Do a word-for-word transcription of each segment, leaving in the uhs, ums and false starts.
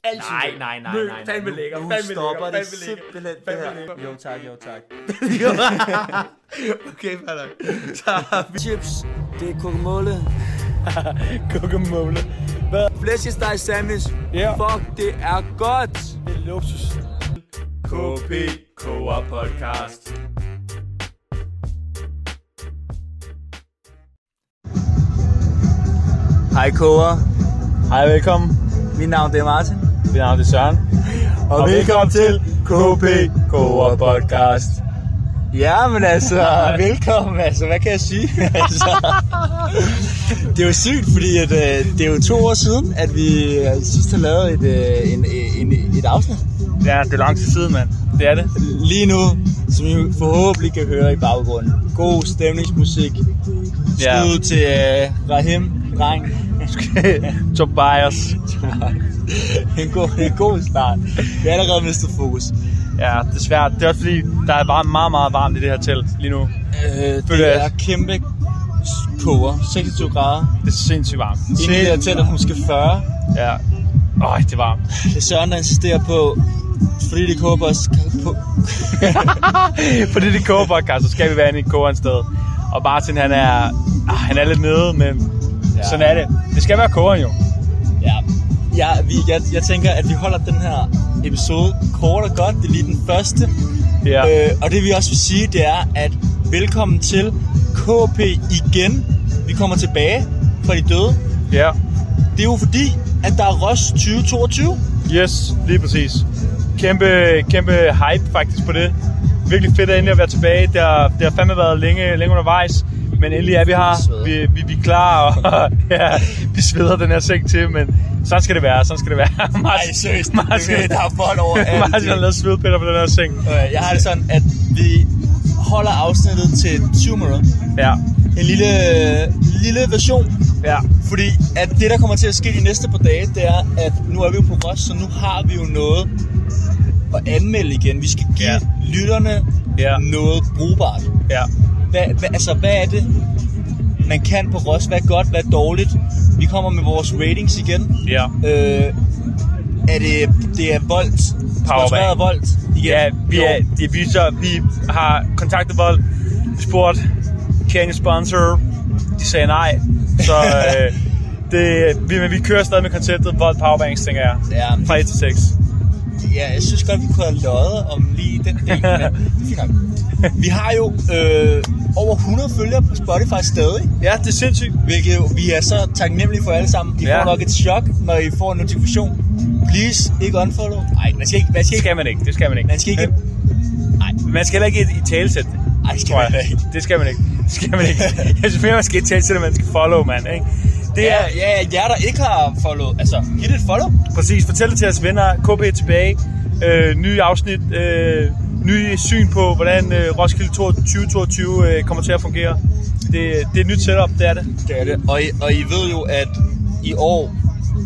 Altid. Nej, nej, nej, Mø, nej, nej. Fandme lækker, Nu fandme stopper lækker, det fandme lækker. simpelthen det her. Jo tak, jo tak. Okay, fatter. Så har vi Chips, det er kokomåle. kokomåle. Hvad? Flæskesteg sandwich. Ja. Fuck, det er godt. Det er luksus. K P Coop Podcast. Hej Koa. Hej, velkommen. Mit navn det er Martin. Mit navn er Søren. Og, og velkommen til K P Coop Podcast. Ja, men altså, velkommen, altså, hvad kan jeg sige? altså, det er jo sygt, fordi at, øh, det er jo to år siden, at vi øh, sidst har lavet et, øh, en, en, et afsnit. Ja, det er lang tid siden, mand. Det er det. Lige nu, som I forhåbentlig kan høre i baggrunden. God stemningsmusik. Ja. Skud til øh, Rahim, dreng. Tobias. en, god, en god start. Vi har allerede mistet fokus. Ja, det er svært. Det er også fordi, der er bare meget, meget varmt i det her telt lige nu. Øh, det er kæmpe koger. seksogtyve grader. Det er sindssygt varmt. Inde i det her telt er måske fyrre. Ja. Øj, det er varmt. Det er Søren, der insisterer på, fordi det koger os på... fordi det koger podcast, så skal vi være inde i kogeren sted. Og Martin, han er, ah, han er lidt nede, men ja. Sådan er det. Det skal være kogeren jo. Ja, ja vi, jeg, jeg tænker, at vi holder den her episode kort og godt. Det er lige den første. Ja. Øh, og det vi også vil sige, det er, at velkommen til K P igen. Vi kommer tilbage fra de døde. Ja. Det er jo fordi, at der er Ross tyve toogtyve. Yes, lige præcis. Kæmpe, kæmpe hype faktisk på det. Virkelig fedt at endelig at være tilbage. Det har, det har fandme været længe, længe undervejs. Men endelig er vi her. Vi, vi, vi er klar, og ja, vi sveder den her seng til, men sådan skal det være, sådan skal det være. Nej, seriøst. Martin, der er bold over alt. Martin har lavet svedpiller på den her seng. Jeg har det sådan, at vi holder afsnittet til tyve minutter. Ja. En lille, lille version. Ja. Fordi at det, der kommer til at ske de næste par dage, det er, at nu er vi jo på Ross, så nu har vi jo noget at anmelde igen. Vi skal give ja. lytterne ja. noget brugbart. Ja. Hvad, hvad, altså, hvad er det, man kan på Ross? Hvad er godt, hvad er dårligt? Vi kommer med vores ratings igen. Ja. Øh, er det, det er Volt? Sponsoreret Volt? Igen? Ja, vi, er, det viser, vi har kontaktet Volt. Vi spurgte, kan I sponsor? De sagde nej. Så øh, det, vi, men vi kører stadig med konceptet Volt Powerbanks, tænker jeg. Ja. Fra et til seks. Ja, jeg synes godt, vi kunne have løjet om lige den del, men det er fint nok. Vi har jo øh, over hundrede følgere på Spotify stadig. Ja, det er sindssygt. Hvilket jo, vi er så taknemmelige for alle sammen. I ja. får nok et chok, når I får en notifikation. Please, ikke unfollow. Nej, man skal ikke... Man skal det skal ikke, man ikke, det skal man ikke. Man skal ikke... Nej. Man skal heller ikke i talesætte det. Nej, det skal man ikke. Det skal man ikke. Det skal man ikke. Jeg synes mere, man skal i talesætte, man skal follow, mand, ikke? Det er, ja, ja, jer der ikke har follow, altså, giv det et follow. Præcis, fortæl det til jeres venner. K P er tilbage. Øh, nye afsnit. Øh, nye syn på, hvordan øh, Roskilde tyve toogtyve øh, kommer til at fungere. Det, det er et nyt setup, det er det. Det er det. Og I, og I ved jo, at i år...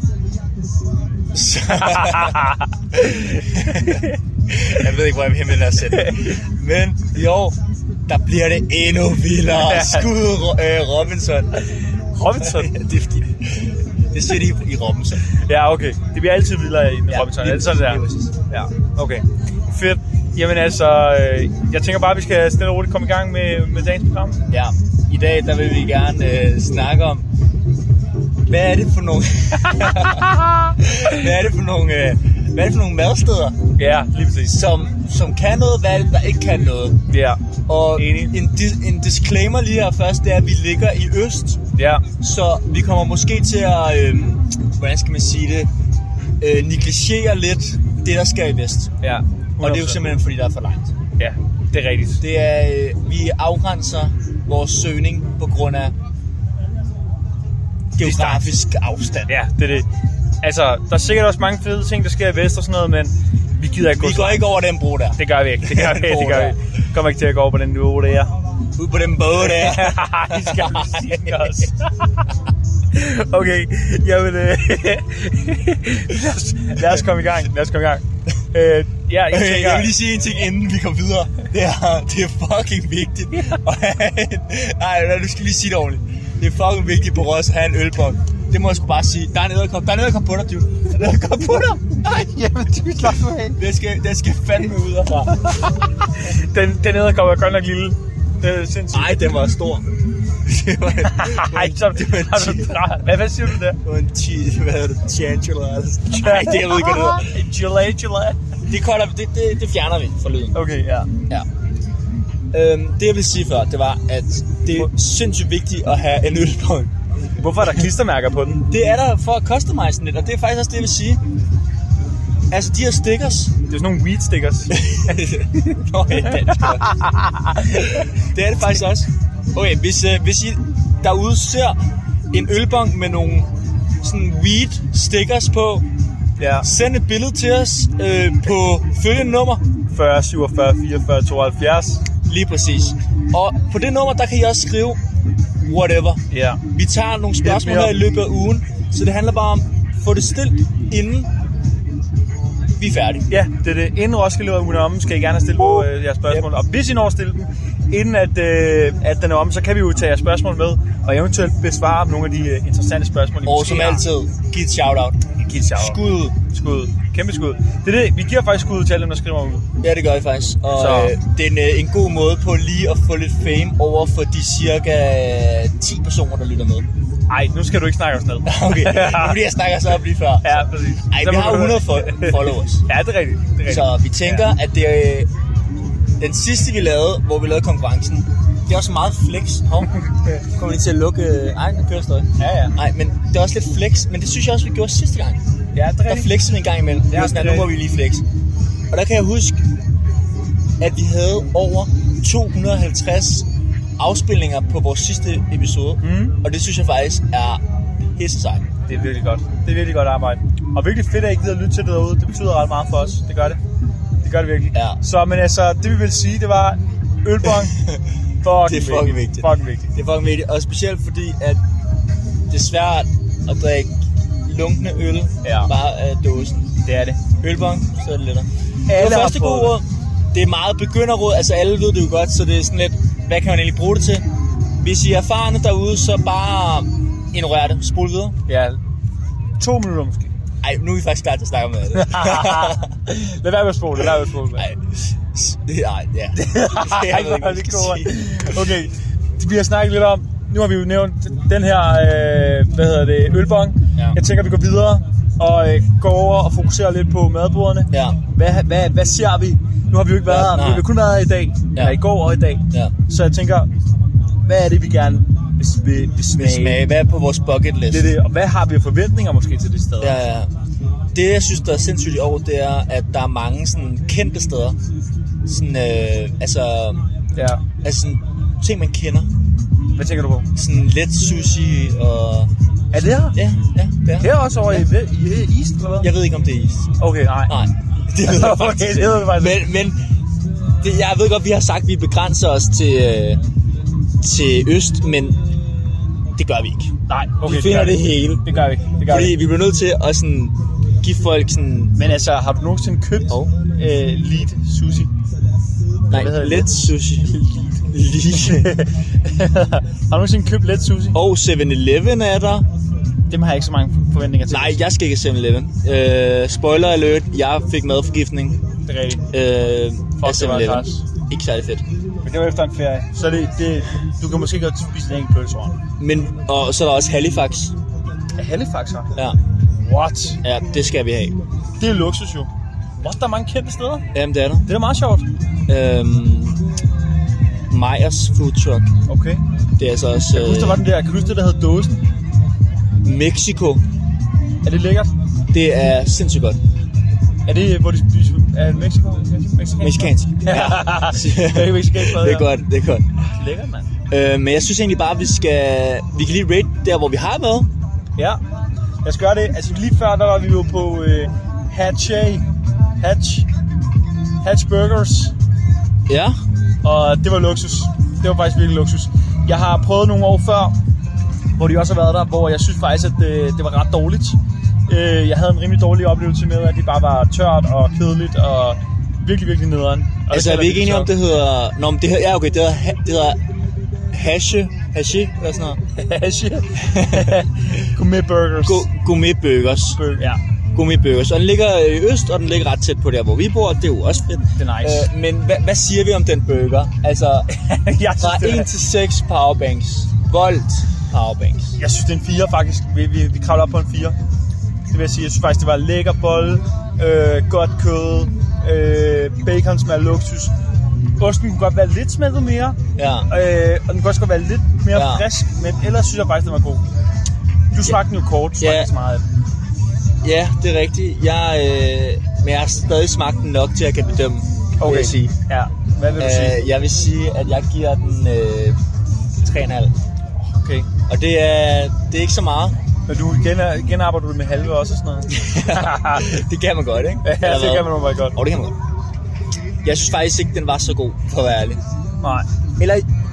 jeg ved ikke, hvor jeg vil hen med den her sætning. Men i år, der bliver det endnu vildere. Skud øh, Robinson. Robinson? det er fordi, det siger de i Robinson. Ja, okay. Det bliver altid vildere i ja, Robinson. Altid sådan der. Ja, okay. Fedt. Jamen altså, øh, jeg tænker bare, at vi skal stille og roligt komme i gang med, med dagens program. Ja, i dag der vil vi gerne øh, snakke om, hvad er det for nogle, hvad er det for nogle, øh, hvad er det for nogle madsteder? Ja, lige præcis. Som, som kan noget, hvad er det, der ikke kan noget? Ja, og enig. En, en disclaimer lige her først, det er, at vi ligger i øst. Ja. Så vi kommer måske til at, øh, hvordan skal man sige det, øh, negligere lidt det, der sker i vest. Ja. hundrede procent. Og det er jo simpelthen, fordi der er for langt. Ja, det er rigtigt. Det er, øh, vi afgrænser vores søgning på grund af geografisk afstand. Ja, det er det. Altså, der er sikkert også mange fede ting, der sker i vest og sådan noget, men vi gider ikke gå Vi går ikke over den bro der. Det gør vi ikke. Det gør vi ikke. Det gør vi. Kommer ikke til at gå over på den niveau der. Ud på den båd der. Det skal vi sige også. Okay, jamen, øh, lad, os, lad os komme i gang. Lad os komme i gang. Øh, ja, jeg, tænker, jeg vil lige sige en ting, inden vi kommer videre. Det er, det er fucking vigtigt. Nej, du skal lige sige det ordentligt. Det er fucking vigtigt på Ross at have en ølbong. Det må jeg sgu bare sige. Der er en edderkop. Der er en edderkop på dig, dude. Der er en edderkop på dig. Nej, jamen, du slap du af. Den skal, den skal fandme ud herfra. den, den edderkop er godt nok lille. Det er sindssygt. Nej, den var stor. Det var en, Ej, så det var en hvad, hvad siger du der? Det var en chi, hvad hedder det? Tarantula. Nej, det jeg ved ikke, hvad det hedder. Tarantula. Det, kolder, det, det, det fjerner vi fra lyden. Okay, ja. Ja. Øhm, det jeg ville sige før, det var, at det er sindssygt vigtigt at have en ølbong. Hvorfor er der klistermærker på den? Det er der for at customize den lidt, og det er faktisk også det, jeg vil sige. Altså, de her stickers... Det er sådan nogle weed stickers. Nå, ja, det er det. Det er det faktisk også. Okay, hvis, uh, hvis I derude ser en ølbong med nogle sådan weed stickers på, ja. Send et billede til os øh, på følgende nummer. fyrre syvogfyrre fireogfyrre tooghalvfjerds. Lige præcis. Og på det nummer, der kan I også skrive whatever. Ja. Vi tager nogle spørgsmål her i løbet af ugen, så det handler bare om at få det stilt, inden vi er færdige. Ja, det er det. Inden Roskilde er ugen om, skal I gerne stille på øh, jeres spørgsmål. Yep. Og hvis I når at stille dem, inden at, øh, at den er om, så kan vi jo tage jeres spørgsmål med, og eventuelt besvare nogle af de uh, interessante spørgsmål. Og som altid, giv et shout-out. Giv et shout-out. Skud. Skud. Kæmpe skud. Det er det. Vi giver faktisk skud til alle dem, der skriver ud. Ja, det gør vi faktisk. Og øh, det er en, øh, en god måde på lige at få lidt fame over for de cirka ti personer, der lytter med. Ej, nu skal du ikke snakke os ned. Okay, det er fordi, jeg snakker så op lige før. Ja, præcis. Ej, vi har hundrede followers. Ja, det er rigtigt. Det er rigtigt. Så vi tænker, ja. At det er den sidste, vi lavede, hvor vi lavede konkurrencen. Det er også meget flex. Hov, kommer lige til at lukke... Ej, den kører stadig. Ja, ja. Nej, men det er også lidt flex. Men det synes jeg også, vi gjorde sidste gang. Ja, det er rigtigt. Der flexede vi en gang imellem. Ja, sådan, nu må vi lige flex. Og der kan jeg huske, at vi havde over to hundrede og halvtreds afspilninger på vores sidste episode. Mm. Og det synes jeg faktisk er pisse sejt. Det er virkelig godt. Det er virkelig godt arbejde. Og virkelig fedt, at I gider at lytte til det derude. Det betyder ret meget for os. Det gør det. Det gør det virkelig. Ja. Så, men altså, det vi vil sige, det var ølbong. Det er fucking vigtigt. Fucking vigtigt. Det er fucking vigtigt. Og specielt fordi, at det er svært at drikke lunkne øl, ja. Bare af dåsen. Det er det. Ølbong, så er det lettere. Alle det første gode råd, det er meget begynderråd. Altså alle ved det jo godt, så det er sådan lidt, hvad kan man egentlig bruge det til? Hvis I er erfarne derude, så bare ignorer det. Spol videre. Ja, to minutter måske. Ej, nu er vi faktisk klar til at snakke om det. Lad være med at spole, lad være med at spole. Nej, nej, ja. Det jeg ved ikke, hvad jeg skal sige. Okay, vi har snakket lidt om, nu har vi jo nævnt den her, øh, hvad hedder det, ølbong. Ja. Jeg tænker, vi går videre og øh, går over og fokuserer lidt på madbordene. Ja. Hvad, hvad, hvad ser vi? Nu har vi jo ikke været her, ja, vi har kun været her i dag, ja. Eller i går og i dag. Ja. Så jeg tænker, hvad er det, vi gerne vil, vil smage? smage? Hvad er på vores bucket list? Det er det. Og hvad har vi forventninger måske til det sted? Ja, ja. Det, jeg synes, der er sindssygt i år, det er, at der er mange sådan kendte steder. Sådan, øh, altså... Ja. Altså sådan ting, man kender. Hvad tænker du på? Sådan let sushi og... Er det her? Ja, ja, det er. Her også over ja. i, i East, eller hvad? Jeg ved ikke, om det er East. Okay, nej. Nej, det ved jeg okay, faktisk det ved jeg faktisk. Men, men det, jeg ved godt, vi har sagt, at vi begrænser os til, øh, til øst, men det gør vi ikke. Nej, okay. Vi finder det, det hele. Det gør vi ikke. Det gør Fordi vi. vi bliver nødt til at sådan, give folk sådan... Men altså, har du nogensinde købt oh. øh, lead sushi? Nej, let sushi. Lead. Har du nogensinde købt let sushi? Og seven eleven er der. Dem har jeg ikke så mange forventninger til. Nej, jeg skal ikke seven eleven. Øh, spoiler alert, jeg fik madforgiftning. Det er rigtigt. Øh, af seven eleven. Ikke særlig fedt. Men det var efter en ferie. Så det, det, du kan måske godt spise en enkelt pølsehorn. Men, og så er der også Halifax. Er Halifax her? Ja. What? Ja, det skal vi have. Det er luksus jo. What, der er mange kendte steder? Jamen, det er der. Det er da meget sjovt. Øhm, Meyers Food Truck. Okay. Det er altså også... Jeg kan huske, der var den der, kan du huske det, der hed Dåsen? Mexico. Er det lækkert? Det er sindssygt godt. Er det, hvor de spiser... Er det Mexico? Mexicansk? Mexicansk. Ja. Det er mexicansk. Det er godt, det er godt. Lækkert, mand. Øh, men jeg synes egentlig bare, at vi skal... Vi kan lige rate der, hvor vi har været. Ja. Lad os gøre det. Altså lige før, der var vi jo på øh, Hatche. Hatch. Hatch Burgers. Ja. Og det var luksus. Det var faktisk virkelig luksus. Jeg har prøvet nogle år før, hvor de også har været der, hvor jeg synes faktisk, at det, det var ret dårligt. Jeg havde en rimelig dårlig oplevelse med, at det bare var tørt og kedeligt og virkelig, virkelig nederen. Og altså er vi ikke enige om, det hedder... Nå, men det hedder... Ja, okay, det hedder... Det hedder Hashe... Haché, eller sådan noget. Haché. Gourmet burgers. Go- gourmet burgers. Bur- ja. Gourmet burgers. Og den ligger i øst, og den ligger ret tæt på der, hvor vi bor. Det er jo også fedt. Det er nice. Øh, men hvad, hvad siger vi om den burger? Altså, jeg fra synes, en til seks powerbanks. Volt powerbanks. Jeg synes, det er en fire faktisk. Vi, vi, vi kravler op på en fire. Det vil jeg sige. Jeg synes faktisk, det var lækker bolle. Øh, godt kød. Øh, bacon smager luksus. Osten kunne godt være lidt smeltet mere. Ja. Øh, og den kunne også godt være lidt mere Ja. frisk. Men ellers synes jeg faktisk, den var god. Du smagte den jo kort. Du smagte Ja. ikke så meget af den. Ja, det er rigtigt. Jeg, øh, men jeg har stadig smagt den nok til, at jeg kan bedømme, Okay. vil jeg sige. Ja. Hvad vil du sige? Øh, jeg vil sige, at jeg giver den øh, tre komma fem. Okay. Og det er, det er ikke så meget. Men du igen, igen arbejder du med halve også og sådan noget? Det kan man godt, ikke? Ja, det kan man jo bare godt. Og det kan man godt. Jeg synes faktisk ikke, den var så god, for at være ærlig. Nej. Eller...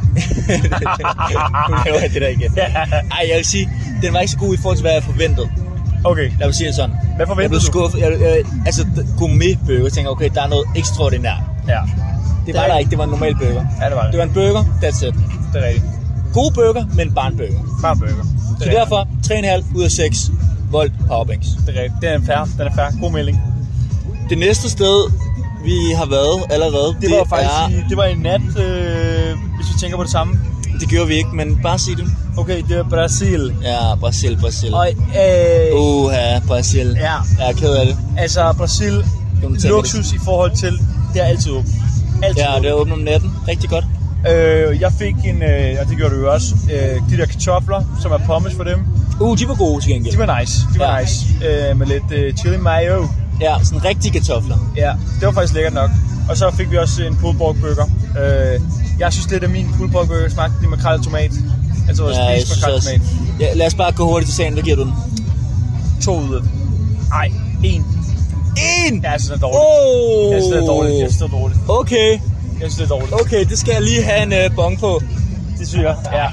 Nu laver jeg det der igen. Ej, jeg vil sige, den var ikke så god i forhold til, hvad jeg forventede. Okay. Lad mig sige det sådan. Hvad forventede jeg blev du? skuffet. Jeg, jeg, altså, gourmet burger. Jeg tænker, okay, der er noget ekstraordinært. Ja. Det var der ikke. Det var en normal burger. Ja, det var det. Det var en burger, that's it. Det er rigtigt. God burger, men bare en burger. Bare en burger. Så derfor tre komma fem ud af seks volt powerbanks. Det er rigtigt. Det er en fair. Den er fair. God melding. Det næste sted, vi har været allerede, Det, det var faktisk er... i, det var i nat, øh, hvis vi tænker på det samme. Det gjorde vi ikke, men bare sig det. Okay, det er Brasil. Ja, Brasil, Brasil. Og øh, Uha, Brasil. ja. Jeg er ked af det. Altså Brasil, luksus i forhold til, det er altid åbent. Altid Ja, det er åbent om natten. Rigtig godt. Øh, jeg fik en, øh, og det gjorde du jo også, øh, de der kartofler, som er pommes for dem. Uh, de var gode til gengæld. De var nice, de var Ja. nice. Øh, med lidt øh, chili mayo. Ja, sådan rigtige kartofler. Ja, det var faktisk lækkert nok. Og så fik vi også en pulled pork burger. Øh, jeg synes lidt af min pulled pork burger smagte det makrel og tomat. Altså Ja, jeg spise synes makrel og også. tomat. Ja, lad os bare gå hurtigt til sagen. Hvad giver du den? To ud af. Ej, en. En! Ja, jeg synes, det er dårligt. Oh! Jeg synes, det er dårligt. Jeg synes, det er dårligt. Okay. Jeg synes, det er dårligt. Okay, det skal jeg lige have en uh, bong på. Det synes jeg, ja.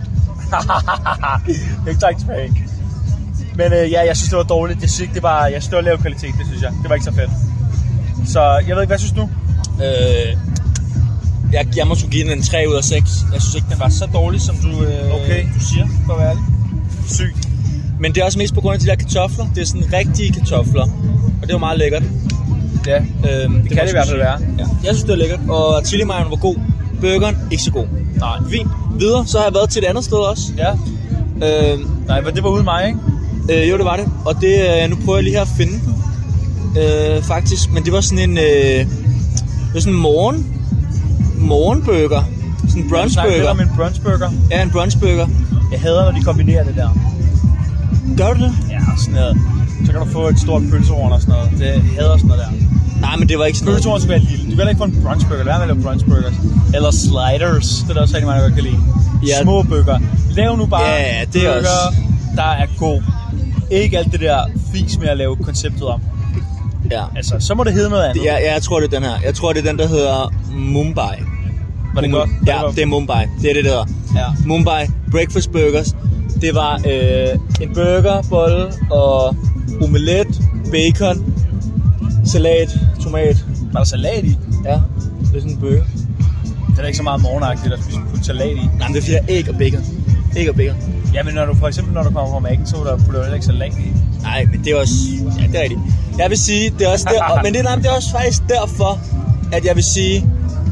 Ikke tak tilbage. Men øh, ja, jeg synes, det var dårligt. Jeg synes ikke, det var, jeg synes, det var lav kvalitet, det synes jeg. Det var ikke så fedt. Så jeg ved ikke, hvad synes du? Øh, jeg, jeg må skulle give den en tre ud af seks. Jeg synes ikke, den var så dårlig, som du, øh, Okay. du siger, for at være ærlig. Sygt. Men det er også mest på grund af de der kartofler. Det er sådan rigtige kartofler. Og det var meget lækkert. Ja, Øhm, det, det kan det i hvert fald være. Ja. Jeg synes, det var lækkert. Og chili mayoen var god. Burgeren, ikke så god. Nej. Fint. Videre, så har jeg været til et andet sted også. Ja. Øh, Nej, men det var uden mig, ikke? øh, jo, det var det. Og det, øh, nu prøver jeg lige her at finde den. Øh, faktisk. Men det var sådan en... Øh, det var sådan en morgen... Morgenburger. Sådan en Jeg snakker lidt brunchburger. om en brunchburger. Ja, en brunchburger. Jeg hader, når de kombinerer det der. Gør du det? Ja, sådan noget. Så kan du få et stort pølsehorn og sådan noget. Det jeg hader sådan noget der. Nej, men det var ikke sådan noget. Pølsehorn skal være lille. Du kan heller ikke få en brunchburger. Lad være med at lave brunchburgers. Eller sliders. Det er der også rigtig mange, der godt kan lide. Ja. Små burger. Lav nu bare Ja, ja, det er burger, også- der er god. Ikke alt det der fis med at lave konceptet om. Ja. Altså, så må det hedde noget andet. Det, jeg, jeg tror, det er den her. Jeg tror, det er den, der hedder Mumbai. Var det Mum- godt? Ja, det er Mumbai. Det er det, der hedder. Ja. Mumbai Breakfast Burgers. Det var øh, en burger, bolle og omelet, bacon, salat, tomat. Var der salat i? Ja, det er sådan en burger. Det er da ikke så meget morgenagtigt at spise putte salat i. Nej, men det er fordi, der er æg og bacon. Æg og bacon. Ja, men når du for eksempel når du kommer fra Mac'en, så er der putter du heller ikke salat i. Nej, men det er også... Ja, det er rigtigt. Jeg vil sige, det er også der, men det, nej, det er også faktisk derfor, at jeg vil sige,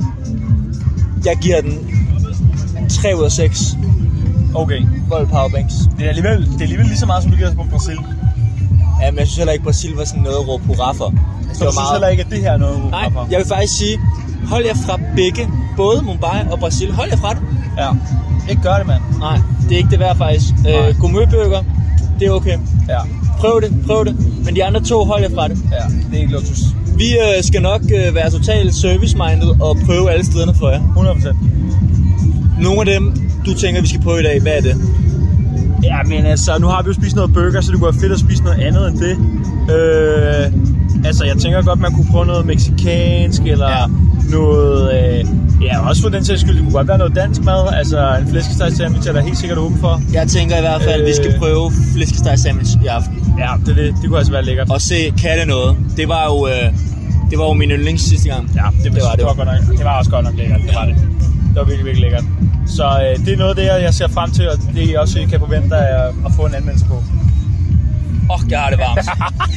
jeg giver den tre ud af seks Okay. Volt Powerbanks. Det er alligevel, det er alligevel lige så meget, som du giver os på Brasil. Ja, men jeg synes heller ikke, Brasil var sådan noget at råbe hurra for. Så du synes heller ikke, at det her er noget, du Nej, for? jeg vil faktisk sige, hold jer fra begge, både Mumbai og Brasil. Hold jer fra det. Ja. Ikke gør det, mand. Nej, det er ikke det værd faktisk. Nej. Øh, Gourmetburger, det er okay. Ja. Prøv det, prøv det. Men de andre to, hold jer fra det. Ja, det er ikke luksus. Vi øh, skal nok øh, være totalt service-minded og prøve alle stederne for jer. hundrede procent. Nogle af dem, du tænker, vi skal prøve i dag, hvad er det? Ja, men altså, nu har vi jo spist noget burger, så det kunne være fedt at spise noget andet end det. Øh, altså, jeg tænker godt, man kunne prøve noget mexicansk, eller Ja. noget... Øh, ja, også for den sags skyld, det kunne godt være noget dansk mad. Altså, en flæskesteg sandwich er der helt sikkert åben for. Jeg tænker i hvert fald, at Øh. vi skal prøve flæskesteg sandwich i aften. Ja, det, det, det kunne altså være lækkert. Og se, kan det noget? Det var jo, øh, det var jo min yndlings sidste gang. Ja, det, det, var, det, var godt nok, det var også godt nok lækkert. Det var det. Det var virkelig, virkelig lækkert. Så øh, det er noget af det, jeg ser frem til, og det er også, I kan forvente at, at få en anmeldelse på. Åh, oh, jeg har det varmt.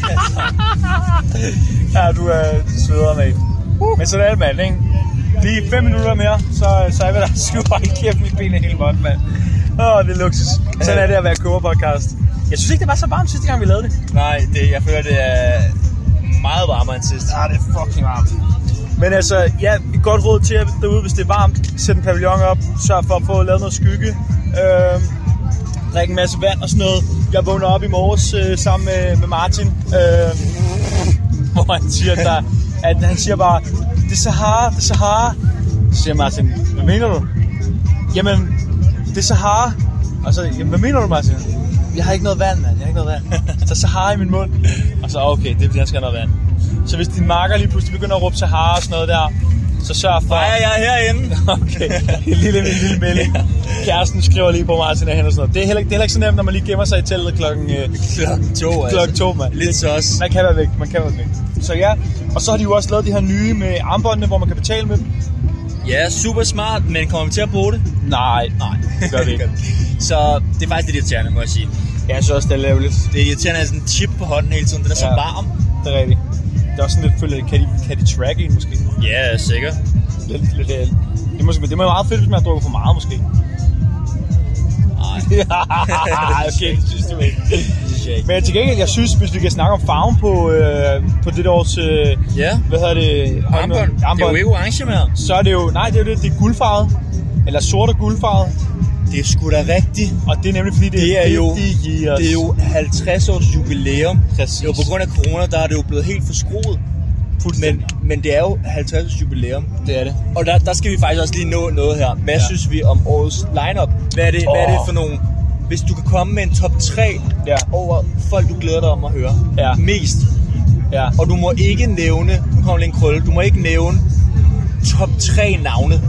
Ja, du er sveder, mate. Uh. Men sådan er det, mand, ikke? Lige fem minutter mere, så, så er vi der sgu bare i kæft, mit ben er helt vådt, mand. Åh, oh, det er luksus. Sådan er det at være cover-podcast. Jeg synes ikke, det var så varmt sidste gang, vi lavede det. Nej, det, jeg føler, det er meget varmere end sidst. Ja, det er fucking varmt. Men altså, ja, et godt råd til jer derude, hvis det er varmt. Sæt en pavillon op, sørg for at få lavet noget skygge. Øh, drik en masse vand og sådan noget. Jeg vågner op i morges øh, sammen med, med Martin, øh, hvor han siger, at, der, at han siger bare, det er Sahara, det er Sahara. Så siger Martin, hvad mener du? Jamen, det er Sahara. Og så, jamen, hvad mener du, Martin? Jeg har ikke noget vand, mand. Jeg har ikke noget vand. Så Sahara i min mund. Og så, okay, det er fordi, han skal have noget vand. Så hvis din marker lige pludselig begynder at råbe Sahara og sådan noget der, så sørg for... Nej, jeg er herinde. Okay, en lille, en lille melding. Kæresten skriver lige på Martin og hen og sådan noget. Det er heller, det er heller ikke så nemt, når man lige gemmer sig i teltet klokken... Øh, klokken to, altså. Klokken to, mand. Lidt så også. Man kan være væk, man kan være væk. Så ja, og så har de jo også lavet de her nye med armbåndene, hvor man kan betale med dem. Ja, super smart, men kommer vi til at bruge det? Nej, nej, det gør vi ikke. Så det er faktisk lidt irriterende, må jeg sige. Ja, jeg synes også, det er lavligt. Det er irriterende at have sådan en chip på hånden hele tiden. Den er så ja, varm. Det er rigtigt. Det er også sådan lidt følt, kan de, kan de tracke en måske? Ja, sikkert. Lidt, lidt, lidt. Det, måske, det er meget fedt, hvis man har drukket for meget måske. Nej. Okay, det synes du ikke. Men til gengæld, jeg synes, hvis vi kan snakke om farven på, øh, på det års... Øh, ja. Hvad hedder det? Armbånd. Det er jo ikke orange mere. Så er det jo... Nej, det er jo det. Det er guldfarvet. Eller sort og guldfarvet. Det er sgu da rigtigt. Og det er nemlig fordi, det, det er, er jo, years. Det er jo halvtreds års jubilæum. Præcis. Det er jo på grund af corona, der er det jo blevet helt forskruet. Men, men det er jo halvtreds års jubilæum. Det er det. Og der, der skal vi faktisk også lige nå noget her. Hvad ja. synes vi om årets lineup? Hvad er det, oh. hvad er det for nogle... Hvis du kan komme med en top tre ja. over folk, du glæder dig om at høre ja. mest. Ja. Og du må ikke nævne... Nu kommer lige en krølle. Du må ikke nævne top tre navne.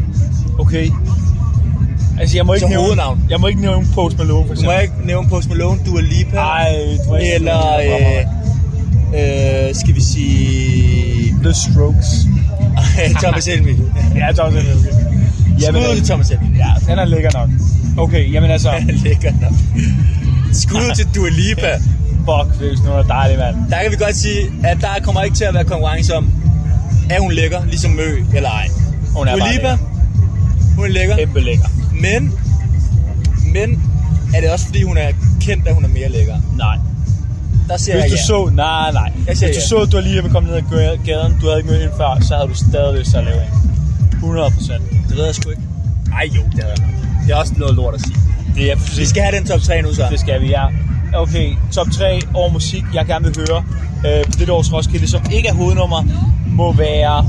Okay. Altså, jeg må ikke nævne... hovednavn. Jeg må ikke nævne Post Malone, for eksempel. Du må ikke nævne Post Malone, Dua Lipa. Ej, du må ikke eller... Øh, øh, skal vi sige... The Strokes. Thomas Helmig. Ja, Thomas Helmig. Skud til Thomas Helmig. Ja, den er lækker nok. Okay, jamen altså... lækker nok. Skud til Dua Lipa. Fuck, det er sådan noget dejligt, mand. Der kan vi godt sige, at der kommer ikke til at være konkurrence om, er hun lækker, ligesom Mø, eller ej. Hun er Dua bare Lipa, lækker. Hun er lækker. Kæmpe lækker. Men, men er det også fordi, hun er kendt, at hun er mere lækker? Nej. Der siger Hvis jeg du ja. så... Nej, nej. Hvis du ja. så, at du lige ville komme ned ad gaden, du havde ikke mødt hende før, så havde du stadig lyst til at lave en. hundrede procent. Det ved jeg sgu ikke. Nej jo, det er Det er også noget lort at sige. Det er vi skal have den top tre nu så. Det skal vi, ja. Okay, top tre over musik, jeg gerne vil høre øh, på det års Roskilde, som ikke er hovednummer, må være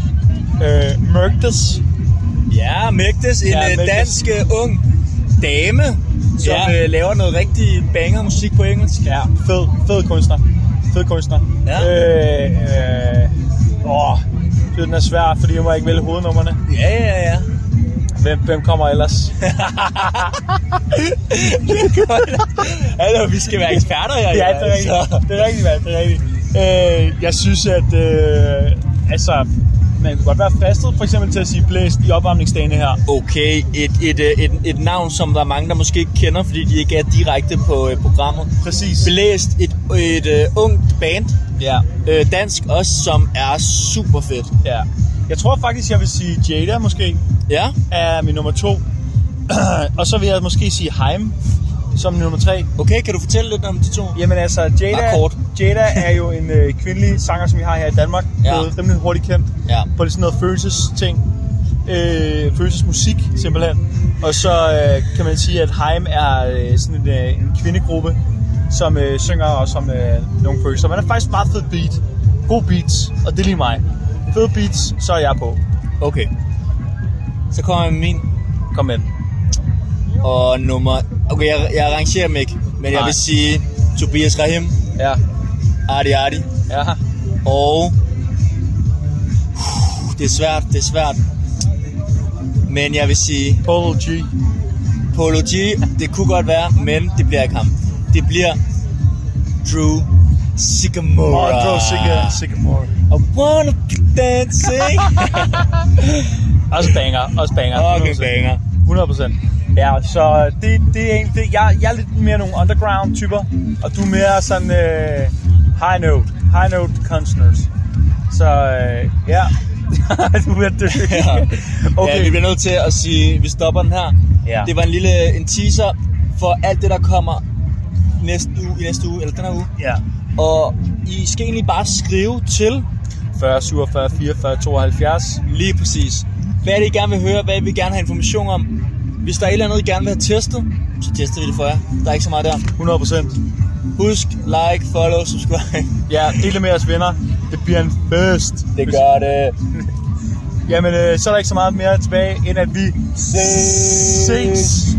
øh, Mørktes. Ja, Mørktes, en ja, Mørktes. dansk uh, ung dame, som ja. øh, laver noget rigtig banger musik på engelsk. Ja, fed, fed kunstner. Fed kunstner. Ja. Øh, øh, åh, det er svært, fordi jeg må ikke vælge hovednummerne. Ja, ja, ja. Hvem, hvem kommer ellers? Altså, vi skal være eksperter her. Ja, det er rigtigt. Det er rigtigt, mand. Det er rigtigt. Øh, jeg synes, at øh, altså, man kan godt være fristet for eksempel til at sige blæst i opvarmningsdagene her. Okay, et, et, et, et navn, som der er mange, der måske ikke kender, fordi de ikke er direkte på uh, programmet. Præcis. Blæst, et, et, et uh, ungt band. Ja. Uh, dansk også, som er super fedt. Ja. Jeg tror faktisk, jeg vil sige Jada måske. Ja. Er min nummer to. Og så vil jeg måske sige Haim som nummer tre. Okay, kan du fortælle lidt om de to? Jamen altså, Jada, Jada er jo en øh, kvindelig sanger, som vi har her i Danmark. Ja. Blevet rimelig hurtigt kendt. Ja. På det sådan noget følelsesting. Øh, følelsesmusik, simpelthen. Og så øh, kan man sige, at Haim er øh, sådan en, øh, en kvindegruppe, som øh, synger også om øh, nogle følelser. Men det er faktisk meget fed beat. God beats, og det er lige mig. Fed beats, så er jeg på. Okay. Så kommer jeg med min. Kom med. Og nummer... Okay, jeg, jeg arrangerer dem ikke, men Nej. jeg vil sige Tobias Rahim. Ja. Arti Arti. Ja. Og... Uh, det er svært, det er svært. Men jeg vil sige... Polo G. Polo G, det kunne godt være, men det bliver ikke ham. Det bliver Drew Sycamore. Oh, Drew Sycamore. I wanna be dancing. Også banger, også banger. Okay, banger. hundrede procent. Ja, så det, det er egentlig det. Jeg, jeg er lidt mere nogle underground-typer, og du er mere sådan uh, high note, high note kunstners. Så uh, ja, du er det. Okay. Ja, vi bliver nødt til at sige, at vi stopper den her. Ja. Det var en lille en teaser for alt det, der kommer næste uge, i næste uge, eller den her uge. Ja. Og I skal egentlig bare skrive til fyrre syvogfyrre fireogfyrre tooghalvfjerds. Lige præcis. Hvad er det, I gerne vil høre? Hvad vil I gerne have information om? Hvis der er et eller andet, I gerne vil have testet, så tester vi det for jer. Der er ikke så meget der. hundrede procent. Husk, like, follow, subscribe. Ja, del det med jeres venner. Det bliver en fest. Det gør det. Jamen, øh, så er der ikke så meget mere tilbage, end at vi ses. ses.